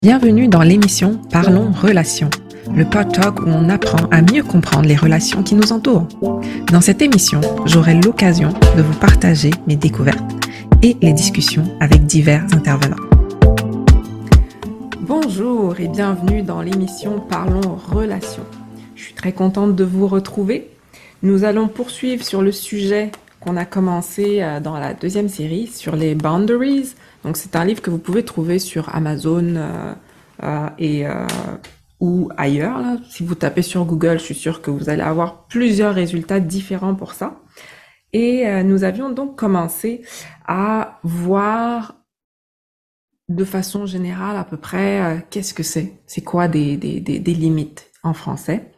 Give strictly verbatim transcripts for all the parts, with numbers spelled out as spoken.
Bienvenue dans l'émission Parlons Relations, le pod talk où on apprend à mieux comprendre les relations qui nous entourent. Dans cette émission, j'aurai l'occasion de vous partager mes découvertes et les discussions avec divers intervenants. Bonjour et bienvenue dans l'émission Parlons Relations. Je suis très contente de vous retrouver. Nous allons poursuivre sur le sujet qu'on a commencé dans la deuxième série sur les boundaries. Donc c'est un livre que vous pouvez trouver sur Amazon euh, euh, et euh, ou ailleurs. Là. Si vous tapez sur Google, je suis sûre que vous allez avoir plusieurs résultats différents pour ça. Et euh, nous avions donc commencé à voir de façon générale à peu près euh, qu'est-ce que c'est, c'est quoi des, des, des, des limites en français.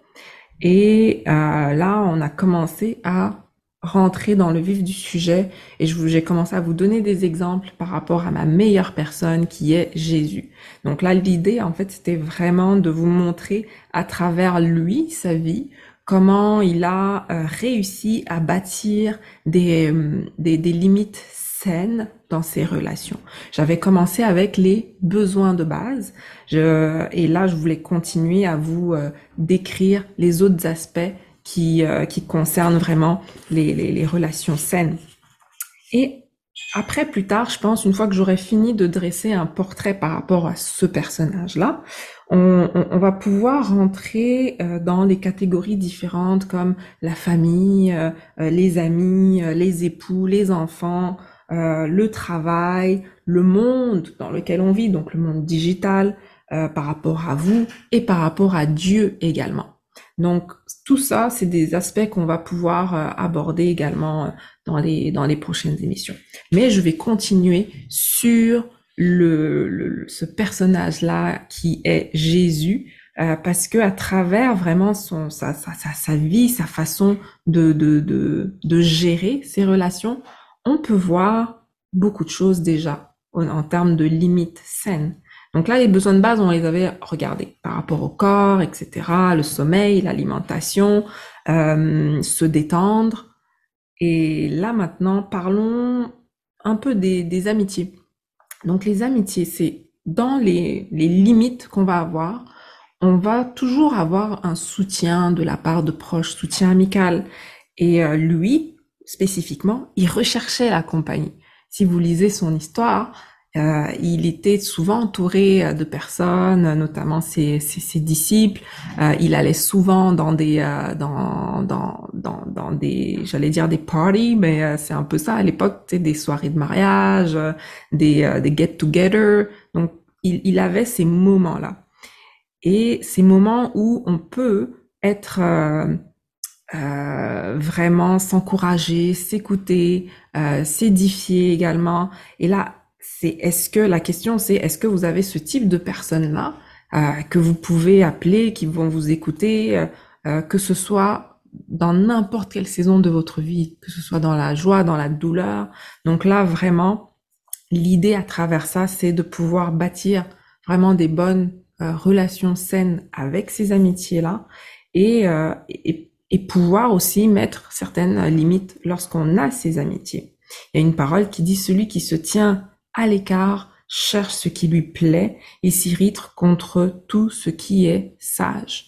Et euh, là, on a commencé à rentrer dans le vif du sujet et je vous, j'ai commencé à vous donner des exemples par rapport à ma meilleure personne qui est Jésus. Donc là, l'idée, en fait, c'était vraiment de vous montrer à travers lui, sa vie, comment il a euh, réussi à bâtir des, euh, des, des limites saines dans ses relations. J'avais commencé avec les besoins de base je, et là, je voulais continuer à vous euh, décrire les autres aspects qui, euh, qui concerne vraiment les, les, les relations saines. Et après, plus tard, je pense, une fois que j'aurai fini de dresser un portrait par rapport à ce personnage-là, on, on, on va pouvoir rentrer euh, dans les catégories différentes comme la famille, euh, les amis, euh, les époux, les enfants, euh, le travail, le monde dans lequel on vit, donc le monde digital, euh, par rapport à vous et par rapport à Dieu également. Donc, tout ça, c'est des aspects qu'on va pouvoir euh, aborder également euh, dans les dans les prochaines émissions. Mais je vais continuer sur le, le ce personnage-là qui est Jésus, euh, parce que à travers vraiment son sa sa sa, sa vie, sa façon de, de de de gérer ses relations, on peut voir beaucoup de choses déjà en, en termes de limites saines. Donc là, les besoins de base, on les avait regardés par rapport au corps, et cetera, le sommeil, l'alimentation, euh, se détendre. Et là, maintenant, parlons un peu des, des amitiés. Donc les amitiés, c'est dans les, les limites qu'on va avoir, on va toujours avoir un soutien de la part de proches, soutien amical. Et euh, lui, spécifiquement, il recherchait la compagnie. Si vous lisez son histoire, Euh, il était souvent entouré de personnes, notamment ses, ses, ses disciples. Euh, il allait souvent dans des, euh, dans, dans, dans, dans des, j'allais dire des parties, mais euh, c'est un peu ça à l'époque, tu sais, des soirées de mariage, euh, des, euh, des get-together. Donc, il, il avait ces moments-là. Et ces moments où on peut être euh, euh, vraiment s'encourager, s'écouter, euh, s'édifier également. Et là, c'est est-ce que la question c'est est-ce que vous avez ce type de personnes-là euh, que vous pouvez appeler, qui vont vous écouter, euh, euh, que ce soit dans n'importe quelle saison de votre vie, que ce soit dans la joie, dans la douleur. Donc là vraiment, l'idée à travers ça, c'est de pouvoir bâtir vraiment des bonnes euh, relations saines avec ces amitiés-là et, euh, et et pouvoir aussi mettre certaines limites lorsqu'on a ces amitiés. Il y a une parole qui dit celui qui se tient à l'écart, cherche ce qui lui plaît et s'irrite contre tout ce qui est sage.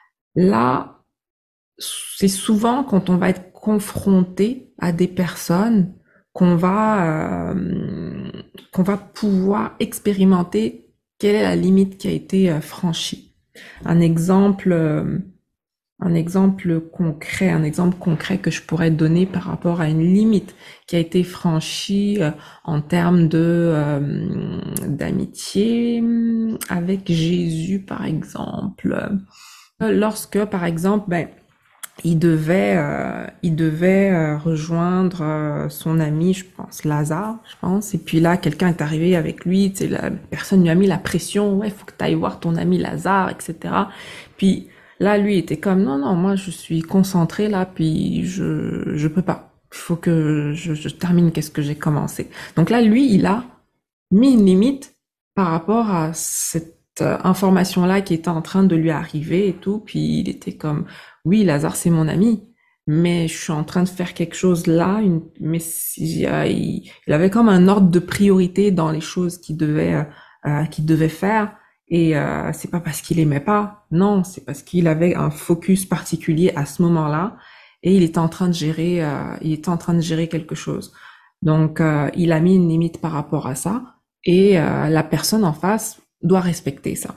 Là, c'est souvent quand on va être confronté à des personnes qu'on va euh, qu'on va pouvoir expérimenter quelle est la limite qui a été euh, franchie. Un exemple euh, un exemple concret, un exemple concret que je pourrais donner par rapport à une limite qui a été franchie euh, en termes de euh, d'amitié avec Jésus, par exemple. Lorsque, par exemple, ben, il devait, euh, il devait euh, rejoindre euh, son ami, je pense, Lazare, je pense. Et puis là, quelqu'un est arrivé avec lui, tu sais, la personne lui a mis la pression, ouais, faut que tu ailles voir ton ami Lazare, et cetera. Puis là, lui était comme, non, non, moi, je suis concentré là, puis je, je peux pas. Il faut que je, je termine qu'est-ce que j'ai commencé. Donc là, lui, il a mis une limite par rapport à cette euh, information-là qui était en train de lui arriver et tout. Puis il était comme, oui, Lazare, c'est mon ami, mais je suis en train de faire quelque chose là, une, mais si, euh, il, il avait comme un ordre de priorité dans les choses qu'il devait, euh, euh, qu'il devait faire. Et euh, c'est pas parce qu'il aimait pas, non, c'est parce qu'il avait un focus particulier à ce moment-là et il était en train de gérer, euh, il était en train de gérer quelque chose. Donc, euh, il a mis une limite par rapport à ça et euh, la personne en face doit respecter ça.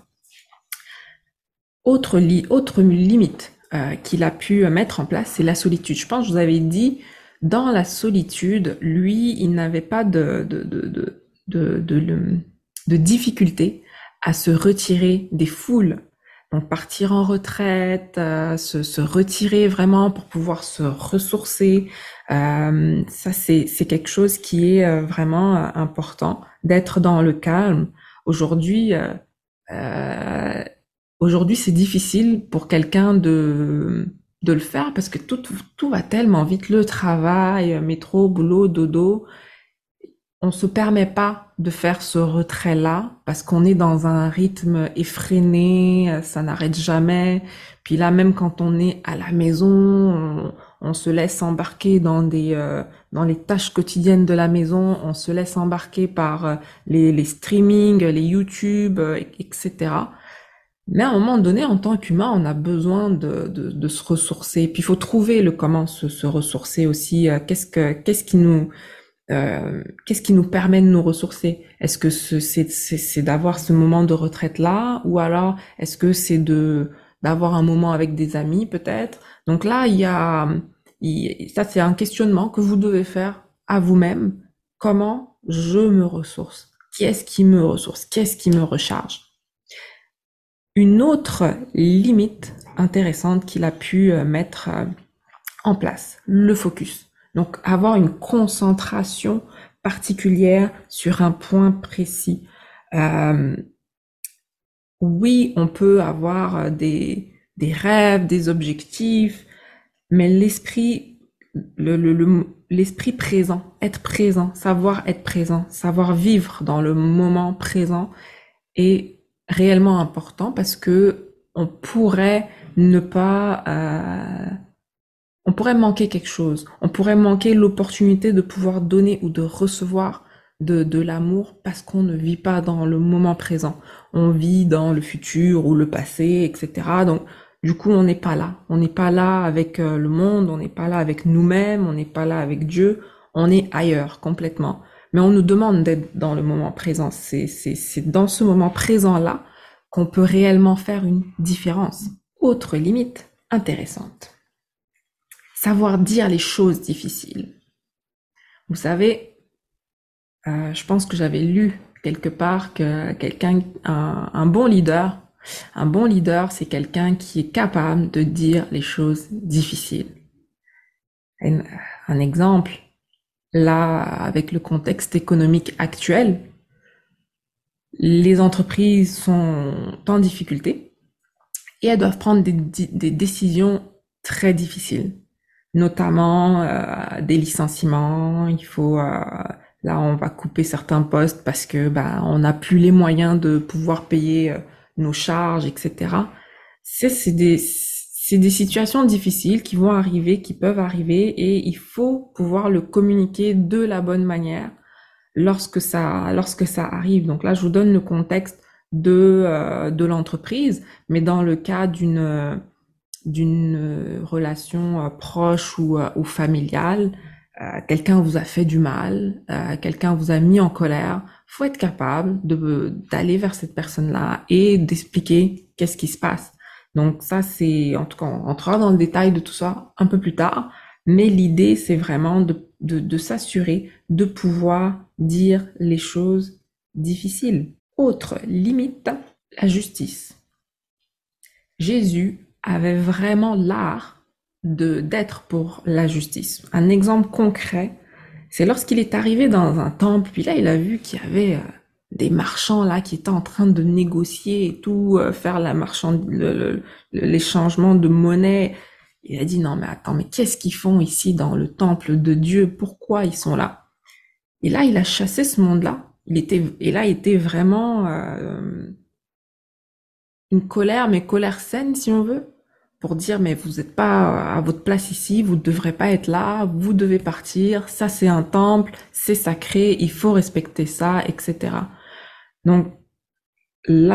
Autre, li autre limite euh, qu'il a pu mettre en place, c'est la solitude. Je pense que je vous avais dit, dans la solitude, lui, il n'avait pas de, de, de, de, de, de, de, de difficulté à se retirer des foules. Donc partir en retraite, euh, se, se retirer vraiment pour pouvoir se ressourcer, euh, ça c'est c'est quelque chose qui est euh, vraiment euh, important, d'être dans le calme. Aujourd'hui, euh, euh, aujourd'hui c'est difficile pour quelqu'un de de le faire parce que tout tout va tellement vite, le travail, métro, boulot, dodo. On se permet pas de faire ce retrait-là parce qu'on est dans un rythme effréné, ça n'arrête jamais. Puis là, même quand on est à la maison, on, on se laisse embarquer dans des euh, dans les tâches quotidiennes de la maison, on se laisse embarquer par euh, les, les streamings, les YouTube, euh, et cetera. Mais à un moment donné, en tant qu'humain, on a besoin de, de, de se ressourcer. Puis il faut trouver le comment se, se ressourcer aussi. Euh, Qu'est-ce que qu'est-ce qui nous euh, qu'est-ce qui nous permet de nous ressourcer? Est-ce que ce- c'est c'est c'est d'avoir ce moment de retraite là, ou alors est-ce que c'est de d'avoir un moment avec des amis peut-être? Donc là, il y a il- ça c'est un questionnement que vous devez faire à vous-même. Comment je me ressource? Qu'est-ce qui me ressource? Qu'est-ce qui me recharge? Une autre limite intéressante qu'il a pu euh, mettre euh, en place, le focus. Donc avoir une concentration particulière sur un point précis. Euh, oui, on peut avoir des, des rêves, des objectifs, mais l'esprit, le, le, le- l'esprit présent, être présent, savoir être présent, savoir vivre dans le moment présent est réellement important parce que on pourrait ne pas euh, on pourrait manquer quelque chose. On pourrait manquer l'opportunité de pouvoir donner ou de recevoir de, de l'amour parce qu'on ne vit pas dans le moment présent. On vit dans le futur ou le passé, et cetera. Donc, du coup, on n'est pas là. On n'est pas là avec euh, le monde, on n'est pas là avec nous-mêmes, on n'est pas là avec Dieu. On est ailleurs complètement. Mais on nous demande d'être dans le moment présent. C'est, c'est, c'est dans ce moment présent-là qu'on peut réellement faire une différence. Autre limite intéressante. Savoir dire les choses difficiles. Vous savez, euh, je pense que j'avais lu quelque part que quelqu'un, un, un bon leader, un bon leader, c'est quelqu'un qui est capable de dire les choses difficiles. Un, un exemple, là, avec le contexte économique actuel, les entreprises sont en difficulté et elles doivent prendre des, des décisions très difficiles. Notamment euh, des licenciements, il faut euh, là on va couper certains postes parce que bah on n'a plus les moyens de pouvoir payer euh, nos charges, et cetera. C'est c'est des c'est des situations difficiles qui vont arriver, qui peuvent arriver, et il faut pouvoir le communiquer de la bonne manière lorsque ça lorsque ça arrive. Donc là, je vous donne le contexte de euh, de l'entreprise, mais dans le cas d'une d'une relation euh, proche ou, euh, ou familiale, euh, quelqu'un vous a fait du mal, euh, quelqu'un vous a mis en colère, faut être capable de d'aller vers cette personne-là et d'expliquer qu'est-ce qui se passe. Donc ça, c'est, en tout cas, on rentrera dans le détail de tout ça un peu plus tard, mais l'idée, c'est vraiment de, de, de s'assurer de pouvoir dire les choses difficiles. Autre limite, la justice. Jésus avait vraiment l'art de d'être pour la justice. Un exemple concret, c'est lorsqu'il est arrivé dans un temple, puis là il a vu qu'il y avait euh, des marchands là qui étaient en train de négocier et tout, euh, faire la marchand le, le, les changements de monnaie. Il a dit non mais attends, mais qu'est-ce qu'ils font ici dans le temple de Dieu? Pourquoi ils sont là? Et là il a chassé ce monde-là. Il était et là il était vraiment euh, une colère, mais colère saine si on veut, pour dire mais vous n'êtes pas à votre place ici, vous ne devrez pas être là, vous devez partir, ça c'est un temple, c'est sacré, il faut respecter ça, et cetera. Donc là,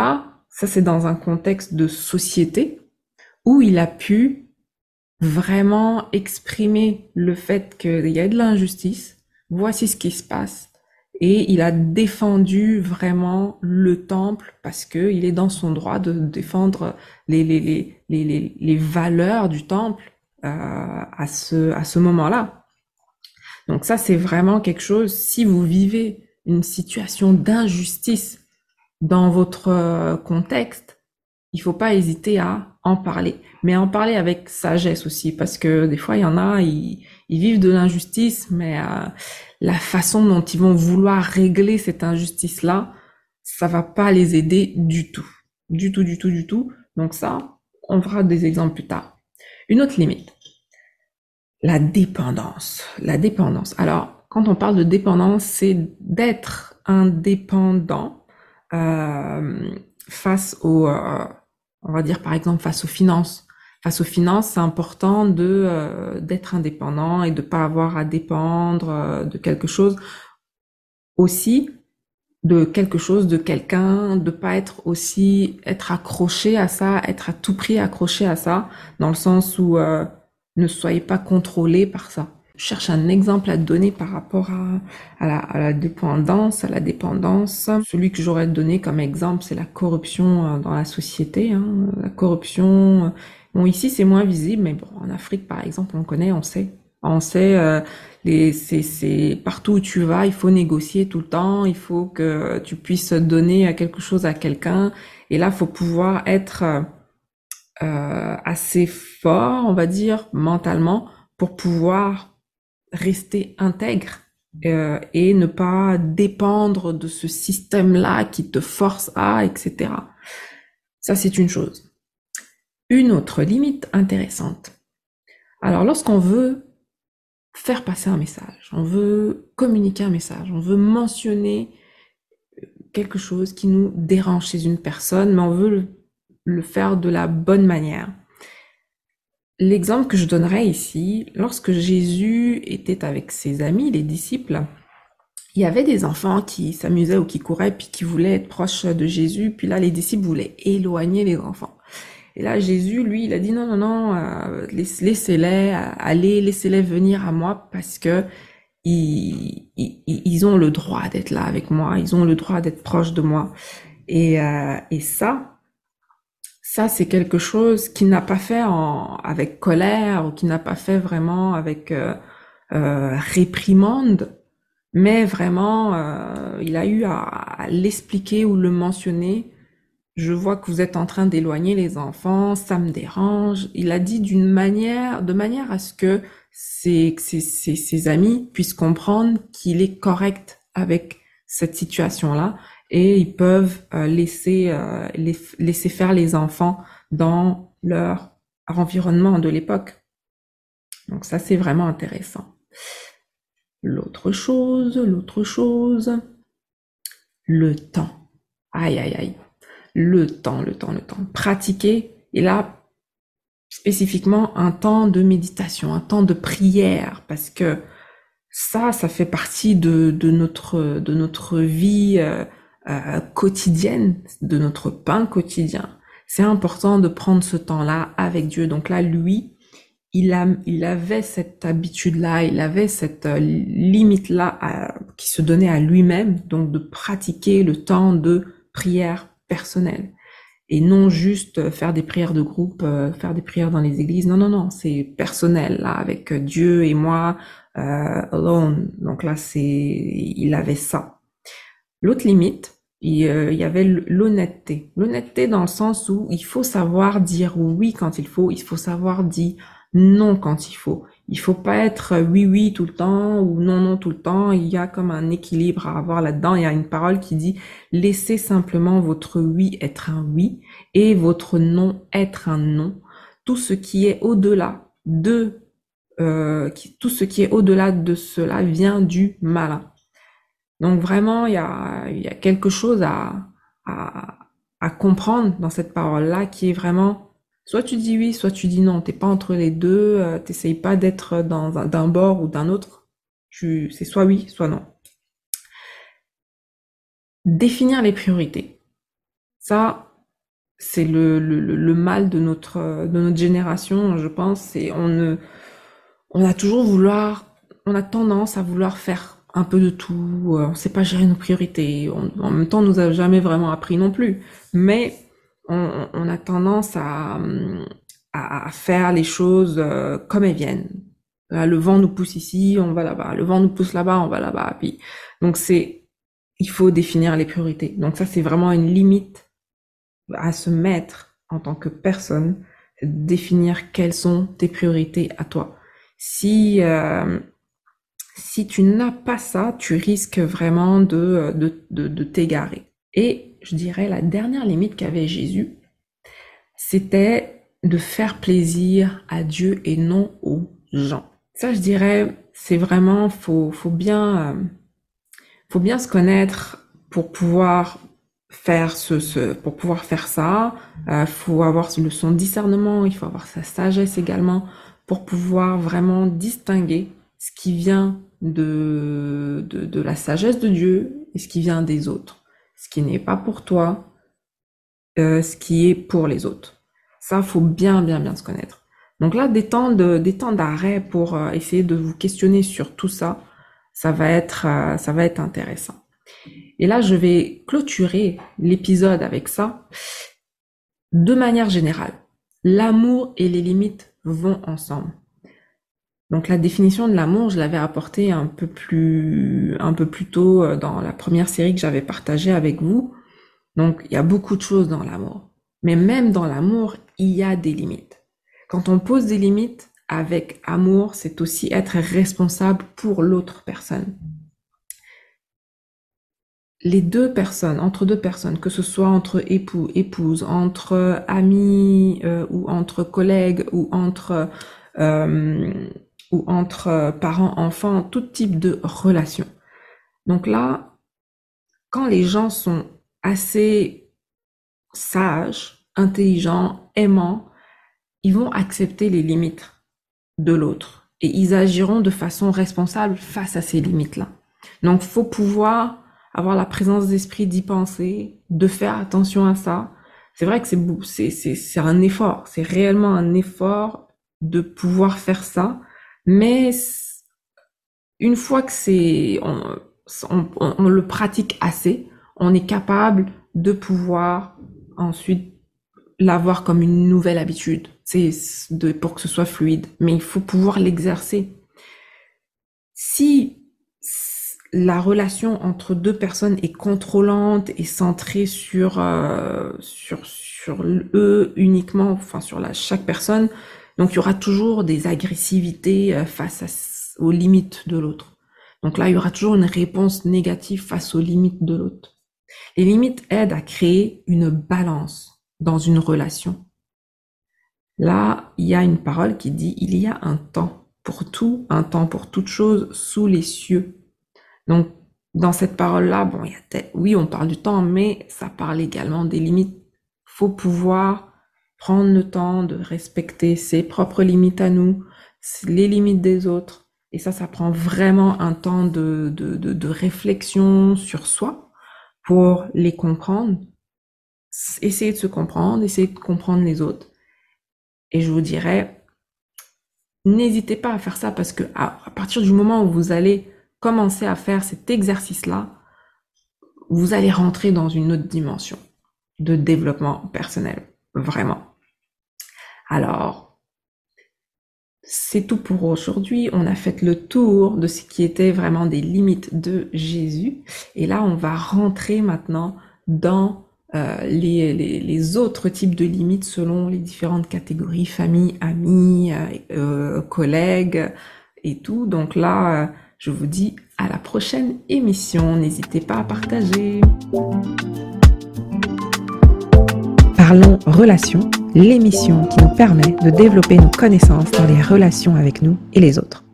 Ça, c'est dans un contexte de société où il a pu vraiment exprimer le fait qu'il y a de l'injustice. Voici ce qui se passe. Et il a défendu vraiment le temple parce que il est dans son droit de défendre les, les, les, les, les, les valeurs du temple euh, à ce, à ce moment-là. Donc ça, c'est vraiment quelque chose, si vous vivez une situation d'injustice dans votre contexte, il faut pas hésiter à en parler. Mais en parler avec sagesse aussi, parce que des fois, il y en a, ils, ils vivent de l'injustice, mais euh, la façon dont ils vont vouloir régler cette injustice-là, ça va pas les aider du tout. Du tout, du tout, du tout. Donc ça, on fera des exemples plus tard. Une autre limite. La dépendance. La dépendance. Alors, quand on parle de dépendance, c'est d'être indépendant euh, face au... Euh, on va dire par exemple face aux finances. Face aux finances, c'est important de euh, d'être indépendant et de pas avoir à dépendre euh, de quelque chose. Aussi, de quelque chose, de quelqu'un, de pas être aussi être accroché à ça, être à tout prix accroché à ça, dans le sens où euh, ne soyez pas contrôlé par ça. Je cherche un exemple à donner par rapport à, à, la, à la dépendance, à la dépendance. Celui que j'aurais donné comme exemple, c'est la corruption dans la société. Hein. La corruption, bon ici c'est moins visible, mais bon en Afrique par exemple on connaît, on sait. On sait, euh, les, c'est, c'est partout où tu vas, il faut négocier tout le temps, il faut que tu puisses donner quelque chose à quelqu'un. Et là, il faut pouvoir être euh, assez fort, on va dire, mentalement, pour pouvoir rester intègre euh, et ne pas dépendre de ce système-là qui te force à, et cetera. Ça, c'est une chose. Une autre limite intéressante. Alors, lorsqu'on veut faire passer un message, on veut communiquer un message, on veut mentionner quelque chose qui nous dérange chez une personne, mais on veut le, le faire de la bonne manière. L'exemple que je donnerais ici, lorsque Jésus était avec ses amis, les disciples, il y avait des enfants qui s'amusaient ou qui couraient puis qui voulaient être proches de Jésus, puis là les disciples voulaient éloigner les enfants. Et là, Jésus, lui, il a dit non, non, non, euh, laissez-les aller, laissez-les venir à moi parce que ils, ils, ils ont le droit d'être là avec moi, ils ont le droit d'être proches de moi. Et, euh, et ça, ça c'est quelque chose qu'il n'a pas fait en, avec colère ou qu'il n'a pas fait vraiment avec euh, euh, réprimande, mais vraiment, euh, il a eu à, à l'expliquer ou le mentionner. Je vois que vous êtes en train d'éloigner les enfants, ça me dérange. Il a dit d'une manière, de manière à ce que ses, ses, ses, ses amis puissent comprendre qu'il est correct avec cette situation-là et ils peuvent euh, laisser, euh, les, laisser faire les enfants dans leur environnement de l'époque. Donc ça, c'est vraiment intéressant. L'autre chose, l'autre chose, le temps. Aïe, aïe, aïe. Le temps, le temps, le temps. Pratiquer, et là, spécifiquement, un temps de méditation, un temps de prière, parce que ça, ça fait partie de, de notre, de notre vie euh, euh, quotidienne, de notre pain quotidien. C'est important de prendre ce temps-là avec Dieu. Donc là, lui, il, a, il avait cette habitude-là, il avait cette euh, limite-là à, qui se donnait à lui-même, donc de pratiquer le temps de prière personnelle et non juste faire des prières de groupe, euh, faire des prières dans les églises. Non, non, non, c'est personnel là avec Dieu et moi euh, alone. Donc là, c'est, il avait ça. L'autre limite, il, euh, il y avait l'honnêteté. L'honnêteté dans le sens où il faut savoir dire oui quand il faut, il faut savoir dire non quand il faut. Il faut pas être oui oui tout le temps ou non non tout le temps. Il y a comme un équilibre à avoir là-dedans. Il y a une parole qui dit laissez simplement votre oui être un oui et votre non être un non. Tout ce qui est au-delà de euh, qui, tout ce qui est au-delà de cela vient du malin. Donc vraiment il y a il y a quelque chose à à à comprendre dans cette parole-là qui est vraiment soit tu dis oui, soit tu dis non. T'es pas entre les deux. Euh, T'essayes pas d'être dans un, d'un bord ou d'un autre. Tu, c'est soit oui, soit non. Définir les priorités. Ça, c'est le, le, le mal de notre, de notre génération, je pense. C'est on ne, on a toujours vouloir, on a tendance à vouloir faire un peu de tout. On ne sait pas gérer nos priorités. On, en même temps, on nous a jamais vraiment appris non plus. Mais on, on a tendance à, à, à faire les choses euh, comme elles viennent. Le vent nous pousse ici, on va là-bas. Le vent nous pousse là-bas, on va là-bas. Puis, donc c'est, il faut définir les priorités. Donc ça, c'est vraiment une limite à se mettre en tant que personne, définir quelles sont tes priorités à toi. Si euh, si tu n'as pas ça, tu risques vraiment de de de, de t'égarer. Et je dirais la dernière limite qu'avait Jésus, c'était de faire plaisir à Dieu et non aux gens. Ça, je dirais, c'est vraiment faut faut bien euh, faut bien se connaître pour pouvoir faire ce, ce pour pouvoir faire ça. Euh, faut avoir le son discernement, il faut avoir sa sagesse également pour pouvoir vraiment distinguer ce qui vient de de, de la sagesse de Dieu et ce qui vient des autres, ce qui n'est pas pour toi, euh, ce qui est pour les autres. Ça, faut bien bien bien se connaître. Donc là, des temps de des temps d'arrêt pour euh, essayer de vous questionner sur tout ça, ça va être euh, ça va être intéressant. Et là, je vais clôturer l'épisode avec ça. De manière générale, l'amour et les limites vont ensemble. Donc la définition de l'amour, je l'avais apportée un peu plus un peu plus tôt dans la première série que j'avais partagée avec vous. Donc il y a beaucoup de choses dans l'amour. Mais même dans l'amour, il y a des limites. Quand on pose des limites avec amour, c'est aussi être responsable pour l'autre personne. Les deux personnes, entre deux personnes, que ce soit entre époux, épouses, entre amis euh, ou entre collègues ou entre euh, ou entre parents, enfants, tout type de relation. Donc là, quand les gens sont assez sages, intelligents, aimants, ils vont accepter les limites de l'autre et ils agiront de façon responsable face à ces limites-là. Donc, faut pouvoir avoir la présence d'esprit d'y penser, de faire attention à ça. C'est vrai que c'est c'est c'est c'est un effort, c'est réellement un effort de pouvoir faire ça, mais une fois que c'est on, on, on le pratique assez, on est capable de pouvoir ensuite l'avoir comme une nouvelle habitude, c'est de pour que ce soit fluide, mais il faut pouvoir l'exercer. Si la relation entre deux personnes est contrôlante et centrée sur euh, sur sur eux uniquement, enfin sur la chaque personne, donc il y aura toujours des agressivités euh, face à, aux limites de l'autre. Donc là, il y aura toujours une réponse négative face aux limites de l'autre. Les limites aident à créer une balance dans une relation. Là, il y a une parole qui dit il y a un temps pour tout, un temps pour toute chose sous les cieux. Donc, dans cette parole-là, bon, il y a oui, on parle du temps, mais ça parle également des limites. Faut pouvoir prendre le temps de respecter ses propres limites à nous, les limites des autres. Et ça, ça prend vraiment un temps de, de, de, de réflexion sur soi pour les comprendre. Essayer de se comprendre, essayer de comprendre les autres. Et je vous dirais, n'hésitez pas à faire ça parce que à, à partir du moment où vous allez commencer à faire cet exercice-là, vous allez rentrer dans une autre dimension de développement personnel, vraiment. Alors, c'est tout pour aujourd'hui. On a fait le tour de ce qui était vraiment des limites de Jésus. Et là, on va rentrer maintenant dans euh, les, les, les autres types de limites selon les différentes catégories, famille, amis, euh, collègues et tout. Donc là, euh, je vous dis à la prochaine émission. N'hésitez pas à partager. Parlons Relations, l'émission qui nous permet de développer nos connaissances dans les relations avec nous et les autres.